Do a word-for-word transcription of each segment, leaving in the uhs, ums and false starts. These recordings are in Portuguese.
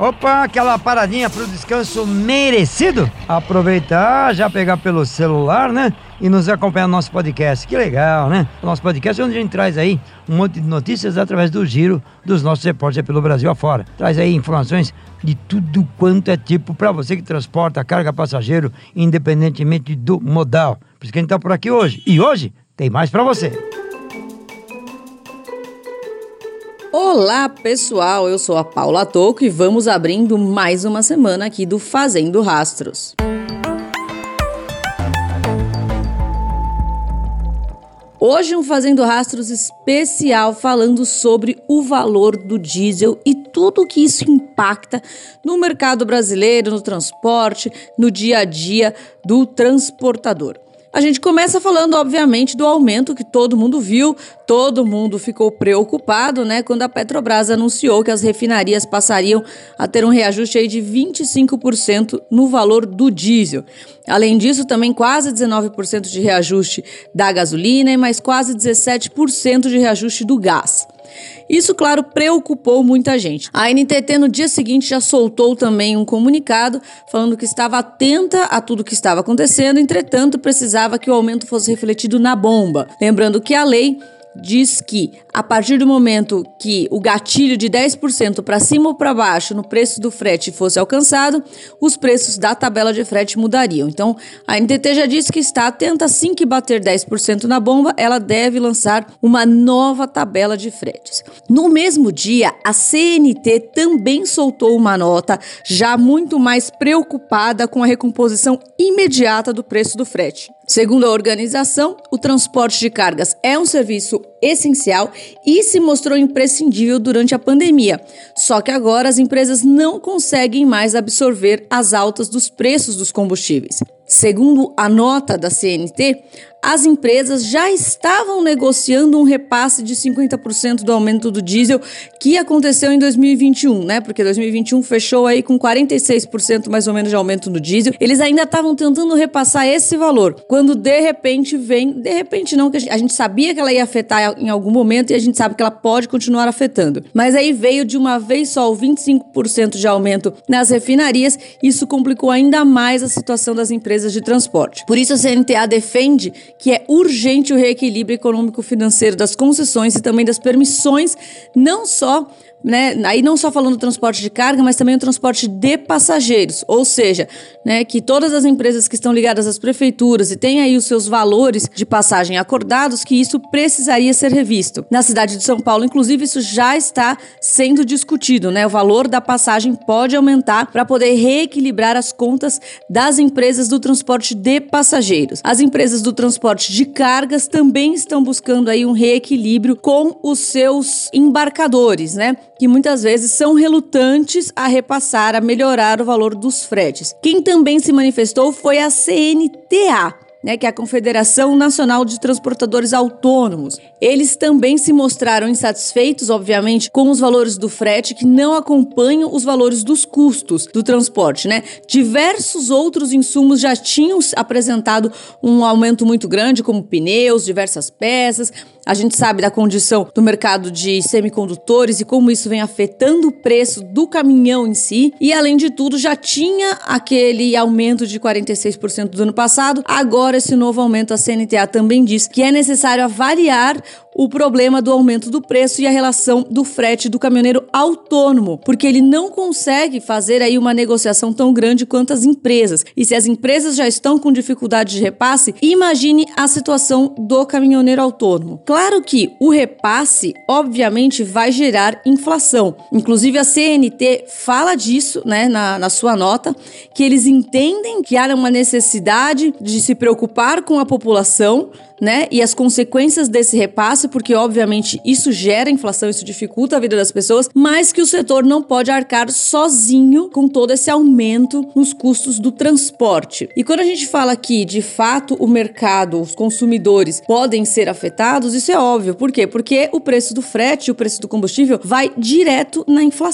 Opa, aquela paradinha pro descanso merecido? Aproveitar, já pegar pelo celular, né? E nos acompanhar no nosso podcast. Que legal, né? O nosso podcast é onde a gente traz aí um monte de notícias através do giro dos nossos repórteres pelo Brasil afora. Traz aí informações de tudo quanto é tipo para você que transporta carga passageiro, independentemente do modal. Por isso que a gente tá por aqui hoje. E hoje tem mais para você. Olá pessoal, eu sou a Paula Tocco e vamos abrindo mais uma semana aqui do Fazendo Rastros. Hoje um Fazendo Rastros especial falando sobre o valor do diesel e tudo que isso impacta no mercado brasileiro, no transporte, no dia a dia do transportador. A gente começa falando, obviamente, do aumento que todo mundo viu, todo mundo ficou preocupado, né, quando a Petrobras anunciou que as refinarias passariam a ter um reajuste aí de vinte e cinco por cento no valor do diesel. Além disso, também quase dezenove por cento de reajuste da gasolina e mais quase dezessete por cento de reajuste do gás. Isso, claro, preocupou muita gente. A N T T no dia seguinte já soltou também um comunicado falando que estava atenta a tudo que estava acontecendo, entretanto precisava que o aumento fosse refletido na bomba. Lembrando que a lei diz que a partir do momento que o gatilho de dez por cento para cima ou para baixo no preço do frete fosse alcançado, os preços da tabela de frete mudariam. Então, a N T T já disse que está atenta, assim que bater dez por cento na bomba, ela deve lançar uma nova tabela de fretes. No mesmo dia, a C N T também soltou uma nota já muito mais preocupada com a recomposição imediata do preço do frete. Segundo a organização, o transporte de cargas é um serviço essencial e se mostrou imprescindível durante a pandemia. Só que agora as empresas não conseguem mais absorver as altas dos preços dos combustíveis. Segundo a nota da C N T, as empresas já estavam negociando um repasse de cinquenta por cento do aumento do diesel que aconteceu em dois mil e vinte e um, né? Porque dois mil e vinte e um fechou aí com quarenta e seis por cento mais ou menos de aumento no diesel. Eles ainda estavam tentando repassar esse valor, quando de repente vem, de repente não, que a gente sabia que ela ia afetar em algum momento e a gente sabe que ela pode continuar afetando. Mas aí veio de uma vez só o vinte e cinco por cento de aumento nas refinarias, isso complicou ainda mais a situação das empresas de transporte. Por isso a C N T A defende que é urgente o reequilíbrio econômico-financeiro das concessões e também das permissões, não só, né, aí não só falando do transporte de carga, mas também o transporte de passageiros, ou seja, né, que todas as empresas que estão ligadas às prefeituras e têm aí os seus valores de passagem acordados, que isso precisaria ser revisto. Na cidade de São Paulo, inclusive, isso já está sendo discutido, né, o valor da passagem pode aumentar para poder reequilibrar as contas das empresas do transporte de passageiros. As empresas do transporte de cargas também estão buscando aí um reequilíbrio com os seus embarcadores, né, que muitas vezes são relutantes a repassar, a melhorar o valor dos fretes. Quem também se manifestou foi a C N T A, né, que é a Confederação Nacional de Transportadores Autônomos. Eles também se mostraram insatisfeitos, obviamente, com os valores do frete que não acompanham os valores dos custos do transporte, né? Diversos outros insumos já tinham apresentado um aumento muito grande, como pneus, diversas peças. A gente sabe da condição do mercado de semicondutores e como isso vem afetando o preço do caminhão em si. E, além de tudo, já tinha aquele aumento de quarenta e seis por cento do ano passado. Agora, esse novo aumento, a C N T A também diz que é necessário avaliar o problema do aumento do preço e a relação do frete do caminhoneiro autônomo, porque ele não consegue fazer aí uma negociação tão grande quanto as empresas. E se as empresas já estão com dificuldade de repasse, imagine a situação do caminhoneiro autônomo. Claro que o repasse, obviamente, vai gerar inflação. Inclusive, a C N T fala disso, né, na, na sua nota, que eles entendem que há uma necessidade de se preocupar com a população, né, e as consequências desse repasse, porque obviamente isso gera inflação, isso dificulta a vida das pessoas, mas que o setor não pode arcar sozinho com todo esse aumento nos custos do transporte. E quando a gente fala que, de fato, o mercado, os consumidores podem ser afetados, isso é óbvio. Por quê? Porque o preço do frete, o preço do combustível vai direto na inflação.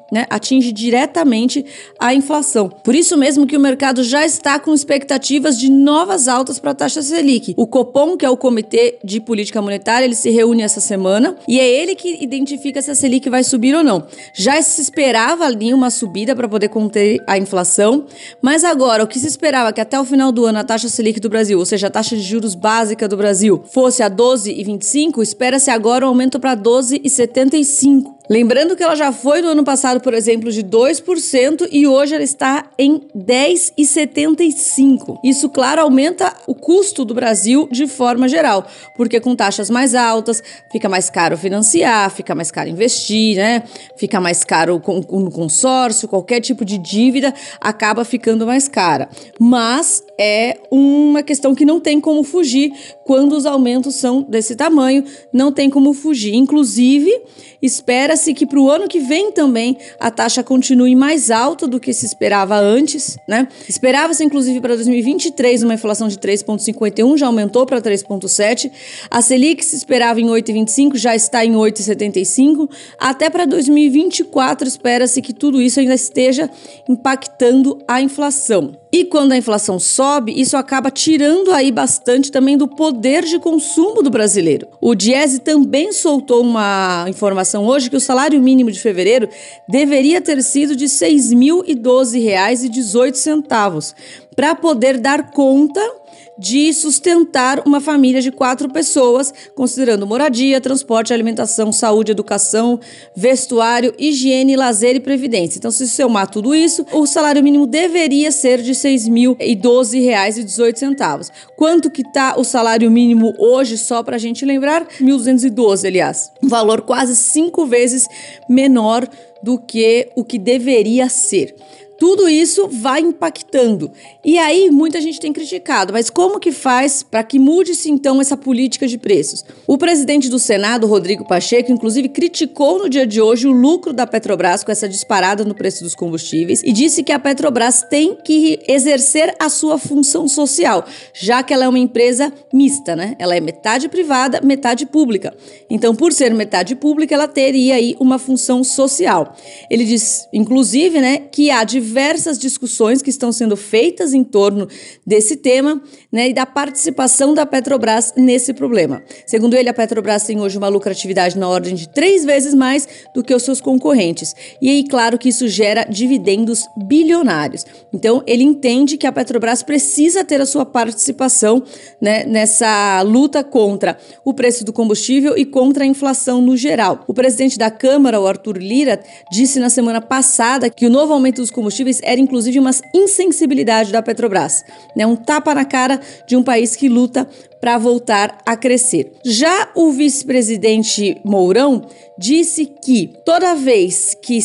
né, atinge diretamente a inflação. Por isso mesmo que o mercado já está com expectativas de novas altas para a taxa Selic. O Copom, que é o Comitê de Política Monetária, ele se reúne essa semana e é ele que identifica se a Selic vai subir ou não. Já se esperava ali uma subida para poder conter a inflação, mas agora o que se esperava que até o final do ano a taxa Selic do Brasil, ou seja, a taxa de juros básica do Brasil, fosse a doze vírgula vinte e cinco, espera-se agora um aumento para doze vírgula setenta e cinco. Lembrando que ela já foi no ano passado, por exemplo, de dois por cento e hoje ela está em dez vírgula setenta e cinco por cento. Isso, claro, aumenta o custo do Brasil de forma geral, porque com taxas mais altas fica mais caro financiar, fica mais caro investir, né? Fica mais caro com, com no consórcio, qualquer tipo de dívida acaba ficando mais cara. Mas é uma questão que não tem como fugir quando os aumentos são desse tamanho, não tem como fugir. Inclusive, espera-se que para o ano que vem também a taxa continue mais alta do que se esperava antes, né? Esperava-se, inclusive, para dois mil e vinte e três uma inflação de três vírgula cinquenta e um, já aumentou para três vírgula sete. A Selic se esperava em oito vírgula vinte e cinco, já está em oito vírgula setenta e cinco. Até para dois mil e vinte e quatro espera-se que tudo isso ainda esteja impactando a inflação. E quando a inflação sobe, isso acaba tirando aí bastante também do poder de consumo do brasileiro. O Diese também soltou uma informação hoje que o salário mínimo de fevereiro deveria ter sido de seis mil e doze reais e dezoito centavos, para poder dar conta de sustentar uma família de quatro pessoas, considerando moradia, transporte, alimentação, saúde, educação, vestuário, higiene, lazer e previdência. Então, se somar tudo isso, o salário mínimo deveria ser de seis mil e doze reais e dezoito centavos. Quanto que está o salário mínimo hoje, só para a gente lembrar? mil duzentos e doze, aliás. Um valor quase cinco vezes menor do que o que deveria ser. Tudo isso vai impactando. E aí, muita gente tem criticado, mas como que faz para que mude-se, então, essa política de preços? O presidente do Senado, Rodrigo Pacheco, inclusive, criticou no dia de hoje o lucro da Petrobras com essa disparada no preço dos combustíveis e disse que a Petrobras tem que exercer a sua função social, já que ela é uma empresa mista, né? Ela é metade privada, metade pública. Então, por ser metade pública, ela teria aí uma função social. Ele diz, inclusive, né, que há diversas diversas discussões que estão sendo feitas em torno desse tema, né, e da participação da Petrobras nesse problema. Segundo ele, a Petrobras tem hoje uma lucratividade na ordem de três vezes mais do que os seus concorrentes. E aí, claro que isso gera dividendos bilionários. Então, ele entende que a Petrobras precisa ter a sua participação, né, nessa luta contra o preço do combustível e contra a inflação no geral. O presidente da Câmara, o Arthur Lira, disse na semana passada que o novo aumento dos combustíveis era inclusive uma insensibilidade da Petrobras, né? Um tapa na cara de um país que luta para voltar a crescer. Já o vice-presidente Mourão disse que toda vez que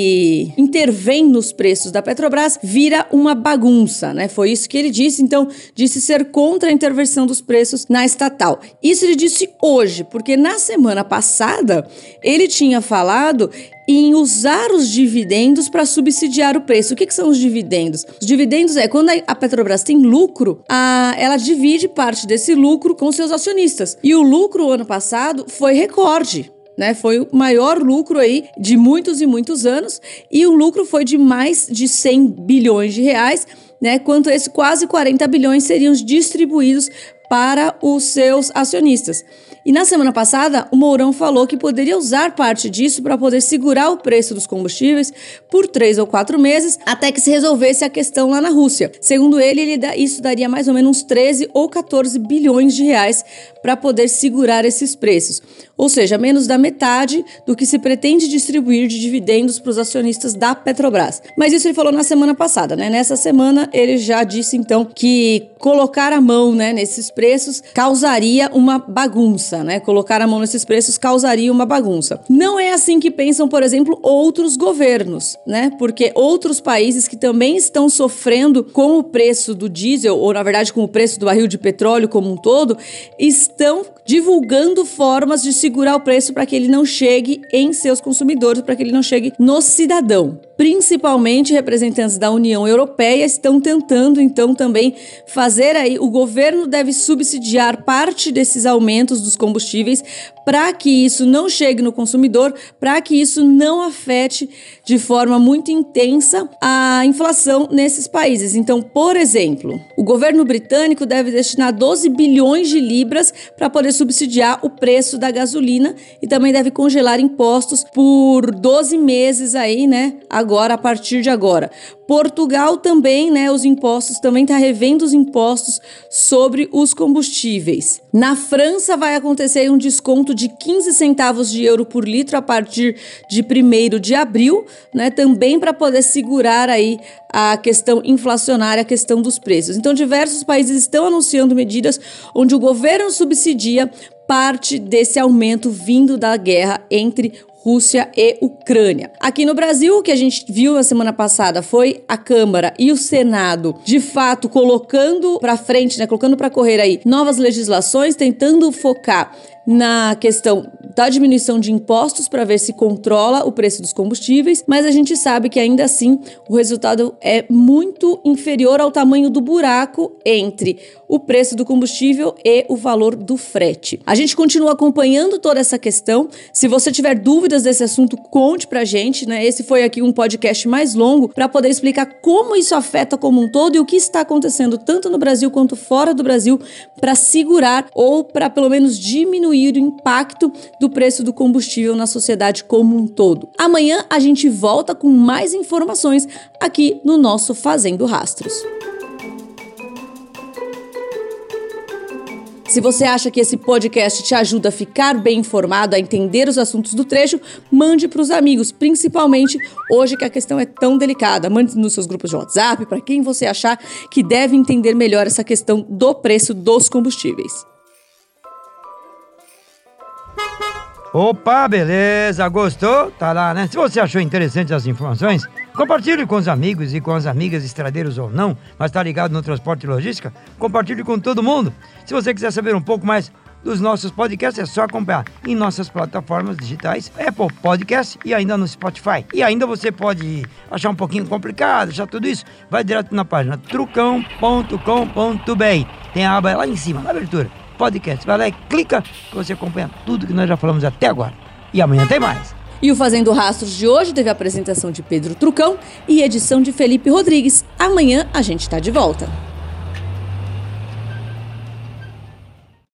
se intervém nos preços da Petrobras, vira uma bagunça, né? Foi isso que ele disse, então disse ser contra a intervenção dos preços na estatal. Isso ele disse hoje, porque na semana passada ele tinha falado em usar os dividendos para subsidiar o preço. O que, que são os dividendos? Os dividendos é quando a Petrobras tem lucro, a, ela divide parte desse lucro com seus acionistas. E o lucro ano passado foi recorde. Né, foi o maior lucro aí de muitos e muitos anos, e o lucro foi de mais de cem bilhões de reais, né, quanto a esse quase quarenta bilhões seriam distribuídos para os seus acionistas. E na semana passada, o Mourão falou que poderia usar parte disso para poder segurar o preço dos combustíveis por três ou quatro meses, até que se resolvesse a questão lá na Rússia. Segundo ele, ele dá, isso daria mais ou menos uns treze ou quatorze bilhões de reais para poder segurar esses preços. Ou seja, menos da metade do que se pretende distribuir de dividendos para os acionistas da Petrobras. Mas isso ele falou na semana passada, né? Nessa semana, ele já disse, então, que colocar a mão, né, nesses preços causaria uma bagunça, né? Colocar a mão nesses preços causaria uma bagunça. Não é assim que pensam, por exemplo, outros governos, né? Porque outros países que também estão sofrendo com o preço do diesel, ou na verdade com o preço do barril de petróleo como um todo, estão divulgando formas de segurar o preço para que ele não chegue em seus consumidores, para que ele não chegue no cidadão. Principalmente representantes da União Europeia estão tentando, então, também fazer aí, o governo deve subsidiar parte desses aumentos dos combustíveis, para que isso não chegue no consumidor, para que isso não afete de forma muito intensa a inflação nesses países. Então, por exemplo, o governo britânico deve destinar doze bilhões de libras para poder subsidiar o preço da gasolina e também deve congelar impostos por doze meses aí, né? Agora, a partir de agora. Portugal também, né? Os impostos, também está revendo os impostos sobre os combustíveis. Na França vai acontecer um desconto de quinze centavos de euro por litro a partir de primeiro de abril, né? Também para poder segurar aí a questão inflacionária, a questão dos preços. Então, diversos países estão anunciando medidas onde o governo subsidia parte desse aumento vindo da guerra entre Rússia e Ucrânia. Aqui no Brasil, o que a gente viu na semana passada foi a Câmara e o Senado, de fato, colocando para frente, né, colocando para correr aí novas legislações, tentando focar na questão da diminuição de impostos para ver se controla o preço dos combustíveis, mas a gente sabe que ainda assim o resultado é muito inferior ao tamanho do buraco entre o preço do combustível e o valor do frete. A gente continua acompanhando toda essa questão. Se você tiver dúvidas desse assunto, conte pra gente, né? Esse foi aqui um podcast mais longo para poder explicar como isso afeta como um todo e o que está acontecendo tanto no Brasil quanto fora do Brasil para segurar ou para pelo menos diminuir o impacto do preço do combustível na sociedade como um todo. Amanhã a gente volta com mais informações aqui no nosso Fazendo Rastros. Se você acha que esse podcast te ajuda a ficar bem informado, a entender os assuntos do trecho, mande para os amigos, principalmente hoje que a questão é tão delicada. Mande nos seus grupos de WhatsApp para quem você achar que deve entender melhor essa questão do preço dos combustíveis. Opa, beleza, gostou? Tá lá, né? Se você achou interessante as informações, compartilhe com os amigos e com as amigas, estradeiros ou não, mas tá ligado no transporte e logística, compartilhe com todo mundo. Se você quiser saber um pouco mais dos nossos podcasts, é só acompanhar em nossas plataformas digitais, Apple Podcast e ainda no Spotify. E ainda você pode achar um pouquinho complicado, achar tudo isso, vai direto na página trucão ponto com ponto b r. Tem a aba lá em cima, na abertura. Podcast. Vai lá e clica que você acompanha tudo que nós já falamos até agora. E amanhã tem mais. E o Fazendo Rastros de hoje teve a apresentação de Pedro Trucão e edição de Felipe Rodrigues. Amanhã a gente está de volta.